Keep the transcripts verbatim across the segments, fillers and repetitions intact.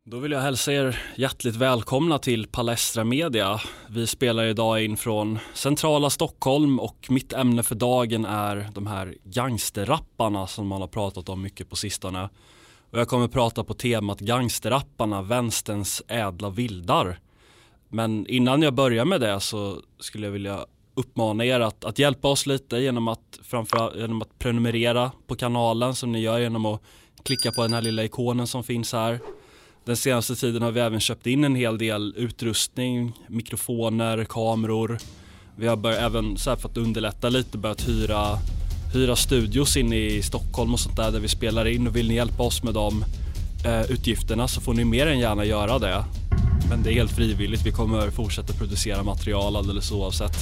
Då vill jag hälsa er hjärtligt välkomna till Palestra Media. Vi spelar idag in från centrala Stockholm och mitt ämne för dagen är de här gangsterrapparna som man har pratat om mycket på sistone. Och jag kommer prata på temat gangsterrapparna, vänsterns ädla vildar. Men innan jag börjar med det så skulle jag vilja uppmana er att, att hjälpa oss lite genom att, framför, genom att prenumerera på kanalen som ni gör genom att klicka på den här lilla ikonen som finns här. Den senaste tiden har vi även köpt in en hel del utrustning, mikrofoner, kameror. Vi har bör- även så här för att underlätta lite börjat hyra, hyra studios inne i Stockholm och sånt där där vi spelar in. Och vill ni hjälpa oss med de eh, utgifterna så får ni mer än gärna göra det. Men det är helt frivilligt, vi kommer fortsätta producera material alldeles oavsett.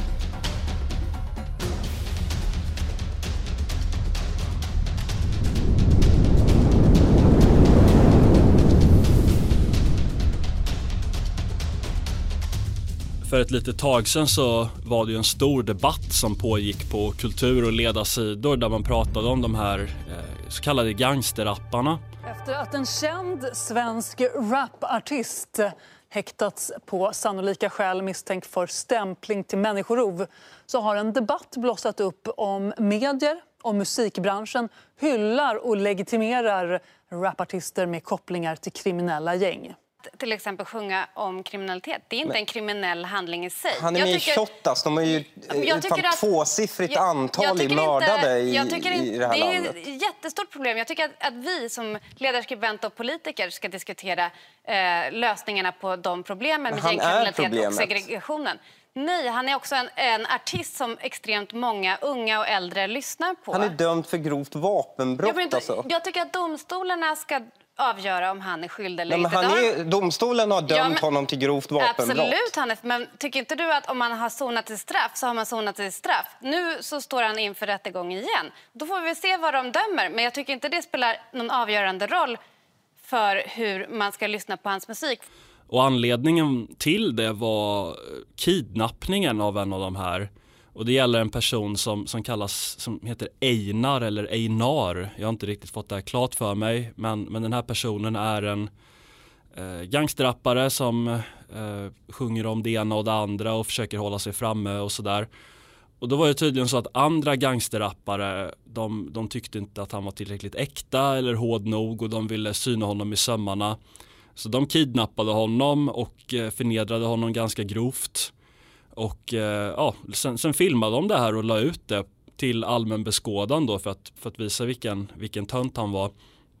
För ett litet tag sedan så var det ju en stor debatt som pågick på kultur- och ledarsidor där man pratade om de här eh, så kallade gangsterrapparna. Efter att en känd svensk rapartist häktats på sannolika skäl misstänkt för stämpling till människorov så har en debatt blossat upp om medier och musikbranschen hyllar och legitimerar rapartister med kopplingar till kriminella gäng. Till exempel sjunga om kriminalitet. Det är inte men, en kriminell handling i sig. Han är med i Shottaz. De har ju ett tvåsiffrigt jag, antal i mördade i, jag tycker inte, i det här det landet. Det är ett jättestort problem. Jag tycker att, att vi som ledarskribenter och politiker ska diskutera eh, lösningarna på de problemen med gängkriminalitet och segregationen. Nej, han är också en, en artist som extremt många unga och äldre lyssnar på. Han är dömd för grovt vapenbrott. Jag, inte, alltså. jag tycker att domstolarna ska avgöra om han är skyldig eller Nej, inte. Men han är, domstolen har dömt ja, men, honom till grovt vapenbrott. Absolut, Hannes. Men tycker inte du att om man har sonat till straff så har man sonat till straff? Nu så står han inför rättegång igen. Då får vi se vad de dömer. Men jag tycker inte det spelar någon avgörande roll för hur man ska lyssna på hans musik. Och anledningen till det var kidnappningen av en av de här. Och det gäller en person som, som kallas, som heter Einar eller Einar. Jag har inte riktigt fått det här klart för mig. Men, men den här personen är en eh, gangsterrappare som eh, sjunger om det ena och det andra och försöker hålla sig framme och sådär. Och då var det tydligen så att andra gangsterrappare, de, de tyckte inte att han var tillräckligt äkta eller hård nog och de ville syna honom i sömmarna. Så de kidnappade honom och förnedrade honom ganska grovt. Och eh, ja, sen, sen filmade de det här och la ut det till allmän beskådan då för att, för att visa vilken, vilken tönt han var.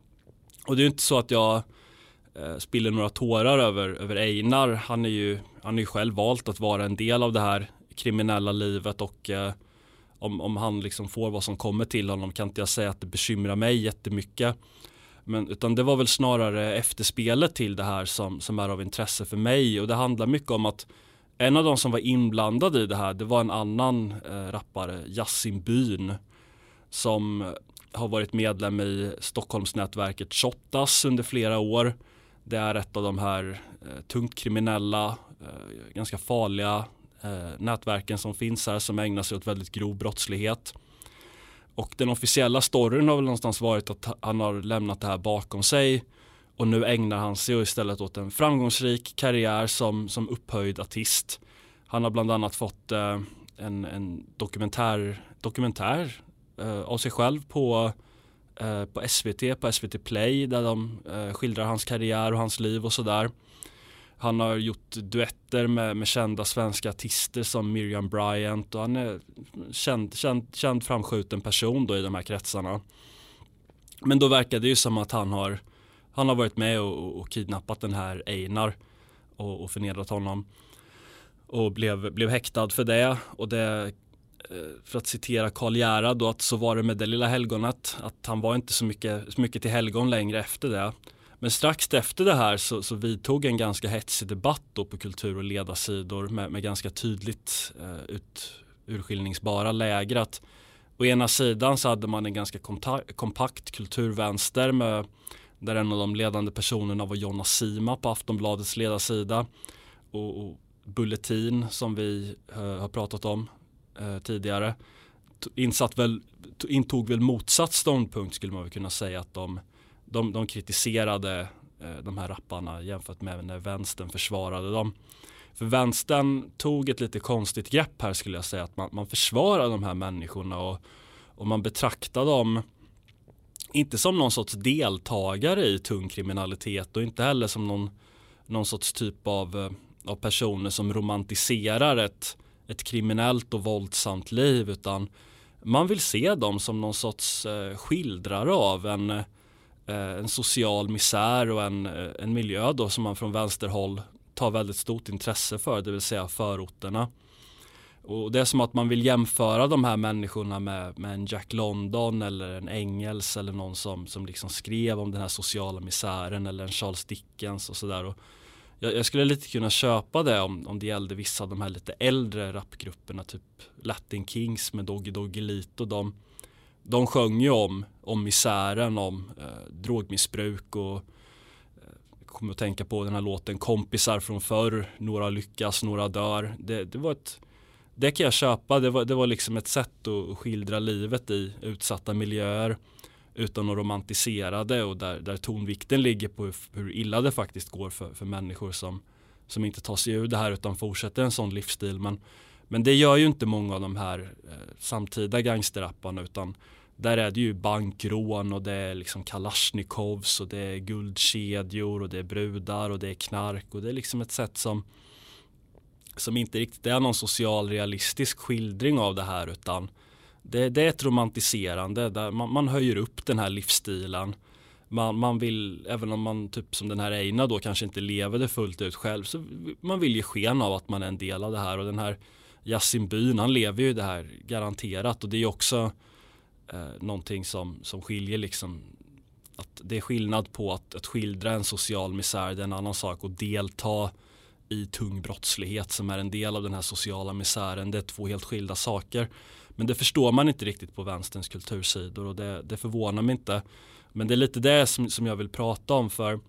Och det är ju inte så att jag eh, spiller några tårar över, över Einar. Han är ju han är ju själv valt att vara en del av det här kriminella livet och eh, om, om han liksom får vad som kommer till honom kan inte jag säga att det bekymrar mig jättemycket. Men, utan det var väl snarare efterspelet till det här som, som är av intresse för mig. Och det handlar mycket om att en av de som var inblandade i det här, det var en annan eh, rappare, Yasin Byn, som har varit medlem i Stockholmsnätverket Shottaz under flera år. Det är ett av de här eh, tungt kriminella, eh, ganska farliga eh, nätverken som finns här som ägnar sig åt väldigt grov brottslighet. Och den officiella storyn har väl någonstans varit att han har lämnat det här bakom sig. Och nu ägnar han sig istället åt en framgångsrik karriär som, som upphöjd artist. Han har bland annat fått eh, en, en dokumentär, dokumentär eh, av sig själv på, eh, på S V T, på S V T Play där de eh, skildrar hans karriär och hans liv och sådär. Han har gjort duetter med, med kända svenska artister som Miriam Bryant och han är känd, känd, känd framskjuten person då i de här kretsarna. Men då verkar det ju som att han har Han har varit med och, och kidnappat den här Einar och, och förnedrat honom. Och blev, blev häktad för det. Och det, för att citera Karl Gerhard då, att så var det med det lilla helgonet. Att han var inte så mycket, så mycket till helgon längre efter det. Men strax efter det här så, så vidtog en ganska hetsig debatt då på kultur- och ledarsidor med, med ganska tydligt eh, ut, urskiljningsbara läger. Att å ena sidan så hade man en ganska konta- kompakt kulturvänster med där en av de ledande personerna var Jonna Sima på Aftonbladets ledarsida och, och Bulletin som vi uh, har pratat om uh, tidigare insatt väl, intog väl motsatt ståndpunkt skulle man väl kunna säga att de, de, de kritiserade de här rapparna jämfört med när vänstern försvarade dem. För vänstern tog ett lite konstigt grepp här skulle jag säga, att man, man försvarar de här människorna och, och man betraktar dem inte som någon sorts deltagare i tung kriminalitet och inte heller som någon, någon sorts typ av, av personer som romantiserar ett, ett kriminellt och våldsamt liv, utan man vill se dem som någon sorts eh, skildrare av en, eh, en social misär och en, en miljö då som man från vänsterhåll tar väldigt stort intresse för, det vill säga förorterna. Och det är som att man vill jämföra de här människorna med, med en Jack London eller en Engels eller någon som, som liksom skrev om den här sociala misären, eller en Charles Dickens och sådär. Jag, jag skulle lite kunna köpa det om, om det gällde vissa av de här lite äldre rapgrupperna, typ Latin Kings med Doggy Doggelito. De, de sjöng ju om, om misären, om eh, drogmissbruk och eh, jag kommer att tänka på den här låten Kompisar från förr, några lyckas, några dör. Det, det var ett Det kan jag köpa. Det var, det var liksom ett sätt att skildra livet i utsatta miljöer utan att romantisera det, och där, där tonvikten ligger på hur, hur illa det faktiskt går för, för människor som, som inte tar sig ur det här utan fortsätter en sån livsstil. Men, men det gör ju inte många av de här eh, samtida gangsterrapparna, utan där är det ju bankrån och det är liksom Kalashnikovs och det är guldkedjor och det är brudar och det är knark, och det är liksom ett sätt som som inte riktigt är någon social realistisk skildring av det här, utan det, det är ett romantiserande där man, man höjer upp den här livsstilen. Man, man vill, även om man typ som den här Einar då kanske inte lever det fullt ut själv, så man vill ge sken av att man är en del av det här. Och den här Yasin Byn, han lever ju det här garanterat, och det är också eh, någonting som, som skiljer liksom, att det är skillnad på att, att skildra en social misär, det är en annan sak, och delta i tung brottslighet som är en del av den här sociala misären. Det är två helt skilda saker. Men det förstår man inte riktigt på vänsterns kultursidor, och det, det förvånar mig inte. Men det är lite det som, som jag vill prata om, för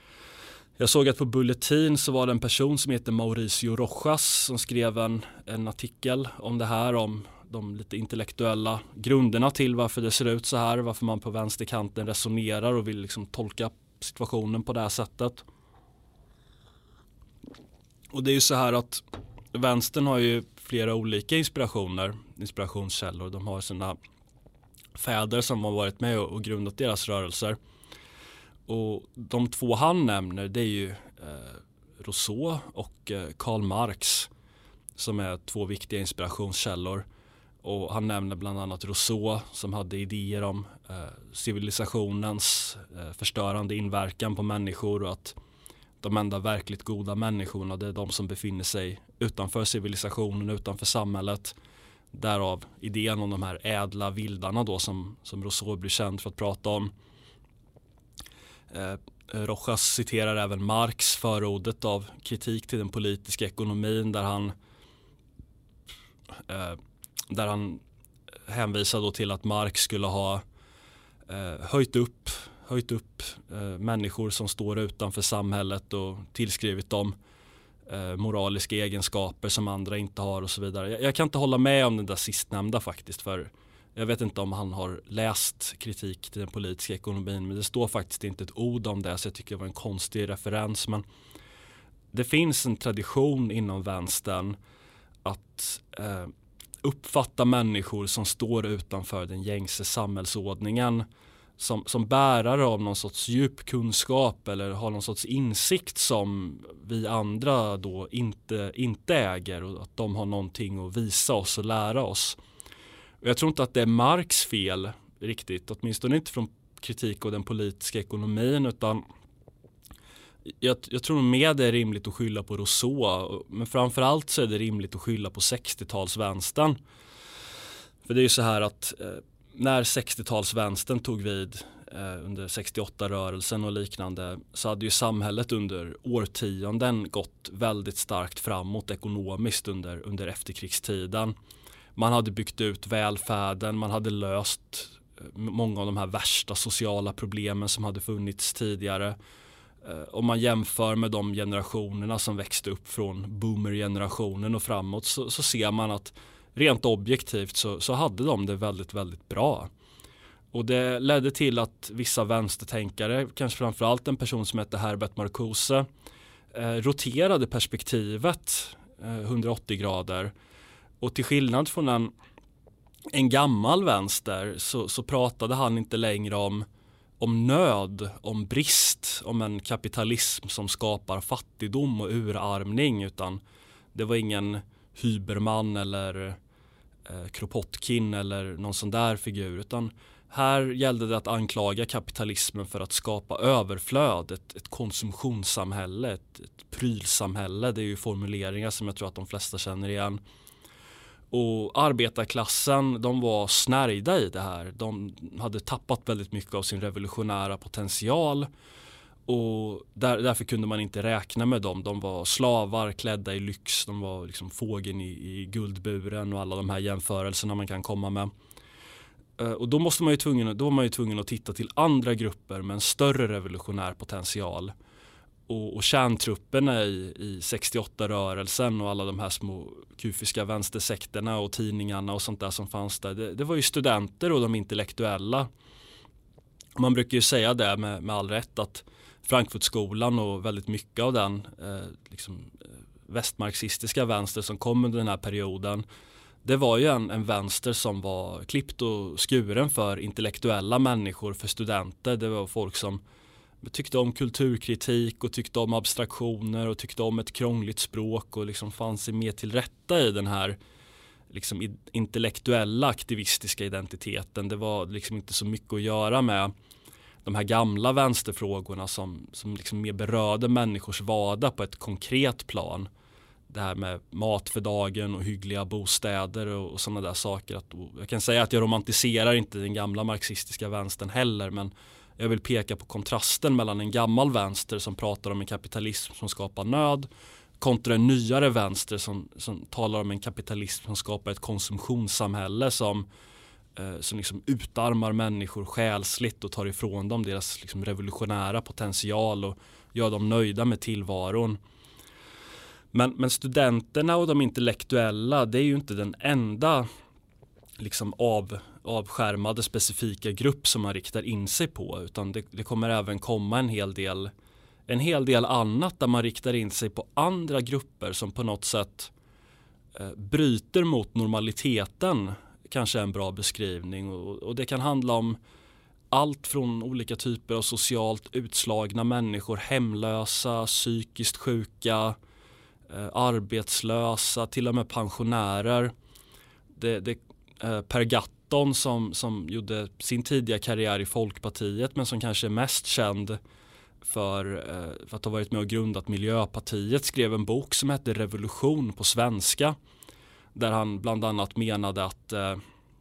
jag såg att på Bulletin så var det en person som heter Mauricio Rojas som skrev en, en artikel om det här, om de lite intellektuella grunderna till varför det ser ut så här, varför man på vänsterkanten resonerar och vill liksom tolka situationen på det här sättet. Och det är ju så här att vänstern har ju flera olika inspirationer, inspirationskällor. De har sina fäder som har varit med och grundat deras rörelser. Och de två han nämner, det är ju eh, Rousseau och eh, Karl Marx som är två viktiga inspirationskällor. Och han nämner bland annat Rousseau som hade idéer om eh, civilisationens eh, förstörande inverkan på människor, och att de enda verkligt goda människorna, det är de som befinner sig utanför civilisationen, utanför samhället. Därav idén om de här ädla vildarna då som, som Rousseau blir känd för att prata om. Eh, Rojas citerar även Marx förordet av kritik till den politiska ekonomin, där han eh, där han hänvisar då till att Marx skulle ha eh, höjt upp höjt upp eh, människor som står utanför samhället och tillskrivit dem eh, moraliska egenskaper som andra inte har och så vidare. Jag, jag kan inte hålla med om den där sistnämnda faktiskt, för jag vet inte om han har läst kritik till den politiska ekonomin, men det står faktiskt inte ett ord om det, så jag tycker det var en konstig referens. Men det finns en tradition inom vänstern att eh, uppfatta människor som står utanför den gängse samhällsordningen Som, som bärare av någon sorts djup kunskap eller har någon sorts insikt som vi andra då inte, inte äger, och att de har någonting att visa oss och lära oss. Och jag tror inte att det är Marx fel riktigt, åtminstone inte från kritik av den politiska ekonomin, utan jag, jag tror mer det är rimligt att skylla på Rousseau, men framförallt så är det rimligt att skylla på sextiotalsvänstern. För det är ju så här att eh, när sextiotalsvänstern tog vid eh, under sextioåtta-rörelsen och liknande, så hade ju samhället under årtionden gått väldigt starkt framåt ekonomiskt under, under efterkrigstiden. Man hade byggt ut välfärden, man hade löst eh, många av de här värsta sociala problemen som hade funnits tidigare. Eh, om man jämför med de generationerna som växte upp från boomer-generationen och framåt, så, så ser man att rent objektivt så, så hade de det väldigt, väldigt bra. Och det ledde till att vissa vänstertänkare, kanske framförallt en person som heter Herbert Marcuse, eh, roterade perspektivet eh, hundraåttio grader. Och till skillnad från en, en gammal vänster så, så pratade han inte längre om, om nöd, om brist, om en kapitalism som skapar fattigdom och urarmning, utan det var ingen Hyberman eller eh, Kropotkin eller någon sån där figur, utan här gällde det att anklaga kapitalismen för att skapa överflöd, ett, ett konsumtionssamhälle, ett, ett prylsamhälle. Det är ju formuleringar som jag tror att de flesta känner igen. Och arbetarklassen, de var snärjda i det här. De hade tappat väldigt mycket av sin revolutionära potential. Och där, därför kunde man inte räkna med dem. De var slavar klädda i lyx. De var liksom fågeln i, i guldburen och alla de här jämförelserna man kan komma med. Och då, måste man ju tvungen, då var man ju tvungen att titta till andra grupper med en större revolutionär potential. Och, och kärntrupperna i, i sextioåtta-rörelsen och alla de här små kufiska vänstersekterna och tidningarna och sånt där som fanns där. Det, det var ju studenter och de intellektuella. Man brukar ju säga det med, med all rätt att Frankfurtskolan och väldigt mycket av den eh, liksom, västmarxistiska vänster som kom under den här perioden, det var ju en, en vänster som var klippt och skuren för intellektuella människor, för studenter. Det var folk som tyckte om kulturkritik och tyckte om abstraktioner och tyckte om ett krångligt språk och liksom fann sig mer till rätta i den här liksom intellektuella aktivistiska identiteten. Det var liksom inte så mycket att göra med de här gamla vänsterfrågorna som, som liksom mer berörde människors vardag på ett konkret plan. Det här med mat för dagen och hyggliga bostäder och, och sådana där saker. Att, jag kan säga att jag romantiserar inte den gamla marxistiska vänstern heller, men jag vill peka på kontrasten mellan en gammal vänster som pratar om en kapitalism som skapar nöd kontra en nyare vänster som, som talar om en kapitalism som skapar ett konsumtionssamhälle som, eh, som liksom utarmar människor själsligt och tar ifrån dem deras liksom revolutionära potential och gör dem nöjda med tillvaron. Men, men studenterna och de intellektuella, det är ju inte den enda liksom av, avskärmade specifika grupp som man riktar in sig på, utan det, det kommer även komma en hel del en hel del annat där man riktar in sig på andra grupper som på något sätt eh, bryter mot normaliteten, kanske en bra beskrivning, och, och det kan handla om allt från olika typer av socialt utslagna människor, hemlösa, psykiskt sjuka, eh, arbetslösa, till och med pensionärer. Det, det Per Gahrton som, som gjorde sin tidiga karriär i Folkpartiet, men som kanske är mest känd för, för att ha varit med och grundat Miljöpartiet, skrev en bok som hette Revolution på svenska, där han bland annat menade att eh,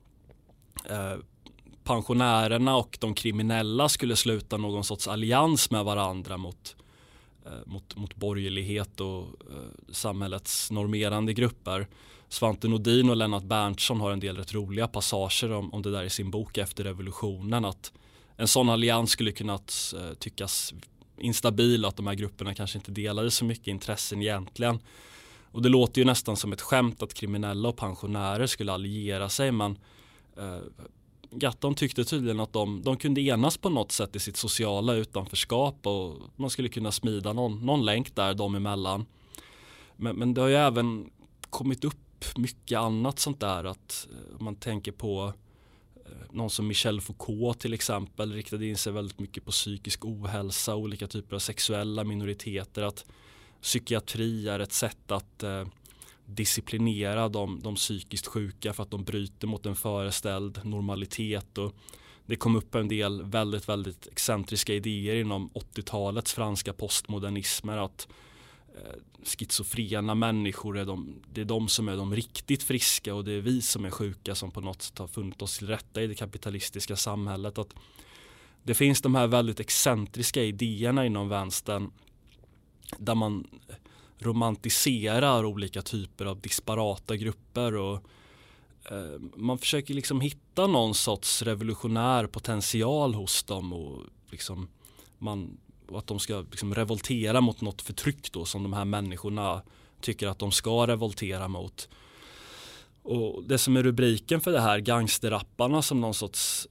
pensionärerna och de kriminella skulle sluta någon sorts allians med varandra mot, eh, mot, mot borgerlighet och eh, samhällets normerande grupper. Svante Nordin och Lennart Berntsson har en del rätt roliga passager om, om det där i sin bok Efter revolutionen, att en sån allians skulle kunna uh, tyckas instabil, att de här grupperna kanske inte delade så mycket intressen egentligen. Och det låter ju nästan som ett skämt att kriminella och pensionärer skulle alliera sig, men uh, Gahrton tyckte tydligen att de, de kunde enas på något sätt i sitt sociala utanförskap och man skulle kunna smida någon, någon länk där dem emellan. Men, men det har ju även kommit upp mycket annat sånt där, att om man tänker på någon som Michel Foucault till exempel, riktade in sig väldigt mycket på psykisk ohälsa, olika typer av sexuella minoriteter, att psykiatri är ett sätt att eh, disciplinera de, de psykiskt sjuka för att de bryter mot en föreställd normalitet. Och det kom upp en del väldigt, väldigt excentriska idéer inom åttiotalets franska postmodernismer, att schizofrena människor är de, det är de som är de riktigt friska och det är vi som är sjuka som på något sätt har funnit oss till rätta i det kapitalistiska samhället. Att det finns de här väldigt excentriska idéerna inom vänstern där man romantiserar olika typer av disparata grupper och eh, man försöker liksom hitta någon sorts revolutionär potential hos dem och liksom man och att de ska liksom revoltera mot något förtryck då, som de här människorna tycker att de ska revoltera mot. Och det som är rubriken för det här, gangsterrapparna, som någon sorts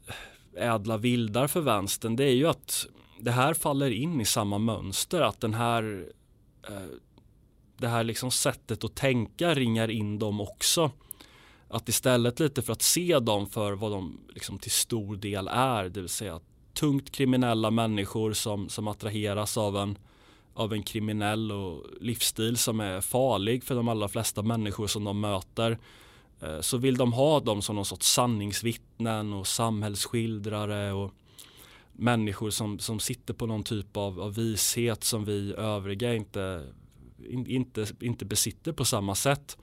ädla vildar för vänstern, det är ju att det här faller in i samma mönster, att den här eh, det här liksom sättet att tänka ringar in dem också. Att istället lite för att se dem för vad de liksom till stor del är, det vill säga tungt kriminella människor som, som attraheras av en, av en kriminell och livsstil som är farlig för de allra flesta människor som de möter, eh, så vill de ha dem som någon sorts sanningsvittnen och samhällsskildrare och människor som, som sitter på någon typ av, av vishet som vi övriga inte, in, inte, inte besitter på samma sätt.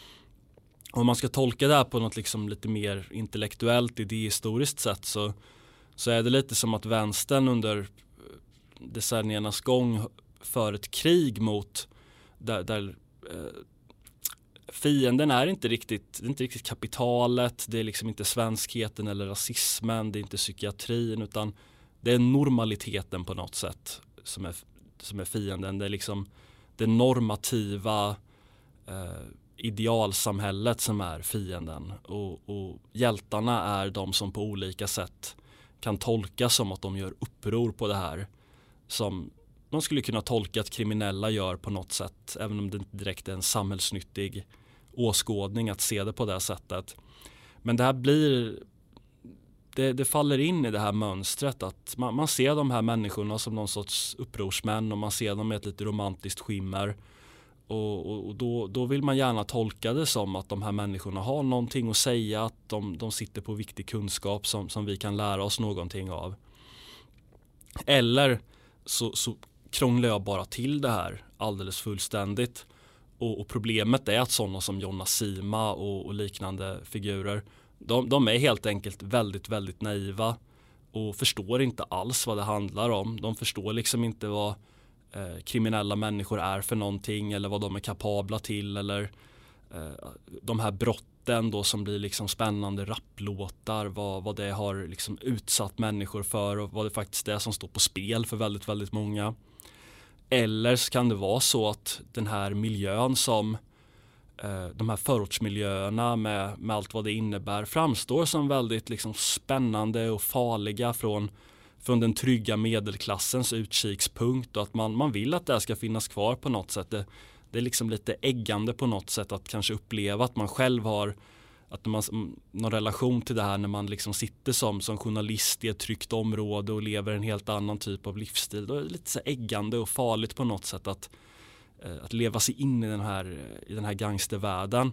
Om man ska tolka det här på något liksom lite mer intellektuellt, idéhistoriskt sätt, så, så är det lite som att vänstern under decenniernas gång för ett krig mot där, där eh, fienden är inte riktigt, det är inte riktigt kapitalet, det är liksom inte svenskheten eller rasismen, det är inte psykiatrin, utan det är normaliteten på något sätt som är, som är fienden. Det är liksom det normativa eh, idealsamhället som är fienden, och, och hjältarna är de som på olika sätt kan tolkas som att de gör uppror på det här, som man skulle kunna tolka att kriminella gör på något sätt, även om det inte direkt är en samhällsnyttig åskådning att se det på det sättet. Men det här blir det, det faller in i det här mönstret att man, man ser de här människorna som någon sorts upprorsmän, och man ser dem med ett lite romantiskt skimmer. Och, och, och då, då vill man gärna tolka det som att de här människorna har någonting att säga, att de, de sitter på viktig kunskap som, som vi kan lära oss någonting av. Eller så, så krånglar jag bara till det här alldeles fullständigt. Och, och problemet är att sådana som Jonna Sima och, och liknande figurer, de, de är helt enkelt väldigt, väldigt naiva och förstår inte alls vad det handlar om. De förstår liksom inte vad eh, kriminella människor är för någonting, eller vad de är kapabla till, eller eh, de här brotten då som blir liksom spännande rapplåtar, vad, vad det har liksom utsatt människor för och vad det faktiskt är som står på spel för väldigt, väldigt många. Eller så kan det vara så att den här miljön som eh, de här förortsmiljöerna med, med allt vad det innebär framstår som väldigt liksom spännande och farliga från, från den trygga medelklassens utkikspunkt, och att man, man vill att det ska finnas kvar på något sätt. Det, det är liksom lite äggande på något sätt att kanske uppleva att man själv har att man, någon relation till det här när man liksom sitter som, som journalist i ett tryggt område och lever en helt annan typ av livsstil. Då är det lite så äggande och farligt på något sätt att, att leva sig in i den här, i den här gangstervärlden.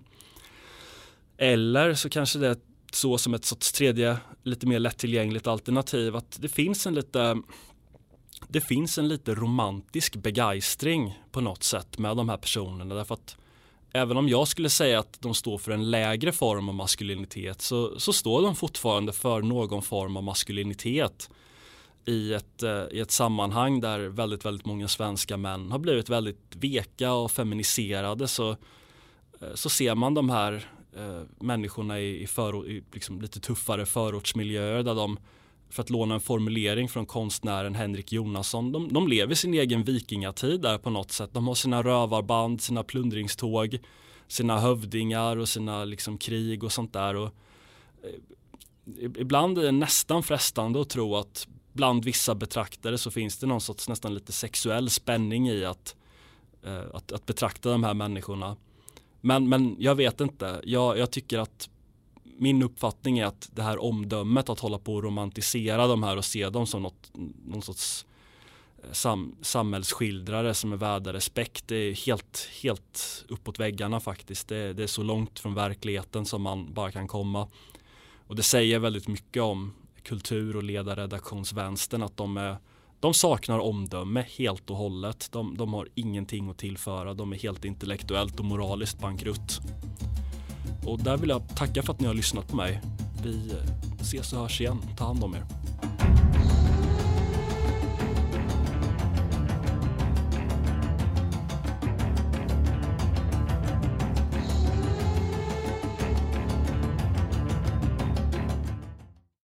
Eller så kanske det är så som ett sorts tredje, lite mer lättillgängligt alternativ, att det finns en lite det finns en lite romantisk begeistring på något sätt med de här personerna, därför att även om jag skulle säga att de står för en lägre form av maskulinitet, så, så står de fortfarande för någon form av maskulinitet i ett, eh, i ett sammanhang där väldigt, väldigt många svenska män har blivit väldigt veka och feminiserade. Så, eh, så ser man de här eh, människorna i, i, förort, i liksom lite tuffare förortsmiljöer där de, för att låna en formulering från konstnären Henrik Jonasson, de, de lever sin egen vikingatid där på något sätt. De har sina rövarband, sina plundringståg, sina hövdingar och sina liksom krig och sånt där. Och, eh, ibland är det nästan frestande att tro att bland vissa betraktare så finns det någon sorts nästan lite sexuell spänning i att, eh, att, att betrakta de här människorna. Men, men jag vet inte. Jag, jag tycker att min uppfattning är att det här omdömet att hålla på och romantisera de här och se dem som något, någon sorts sam, samhällsskildrare som är värda respekt, det är helt, helt uppåt väggarna faktiskt. Det, det är så långt från verkligheten som man bara kan komma. Och det säger väldigt mycket om kultur- och ledarredaktionsvänstern, att de, är, de saknar omdöme helt och hållet. De, de har ingenting att tillföra. De är helt intellektuellt och moraliskt bankrutt. Och där vill jag tacka för att ni har lyssnat på mig. Vi ses och hörs igen. Ta hand om er.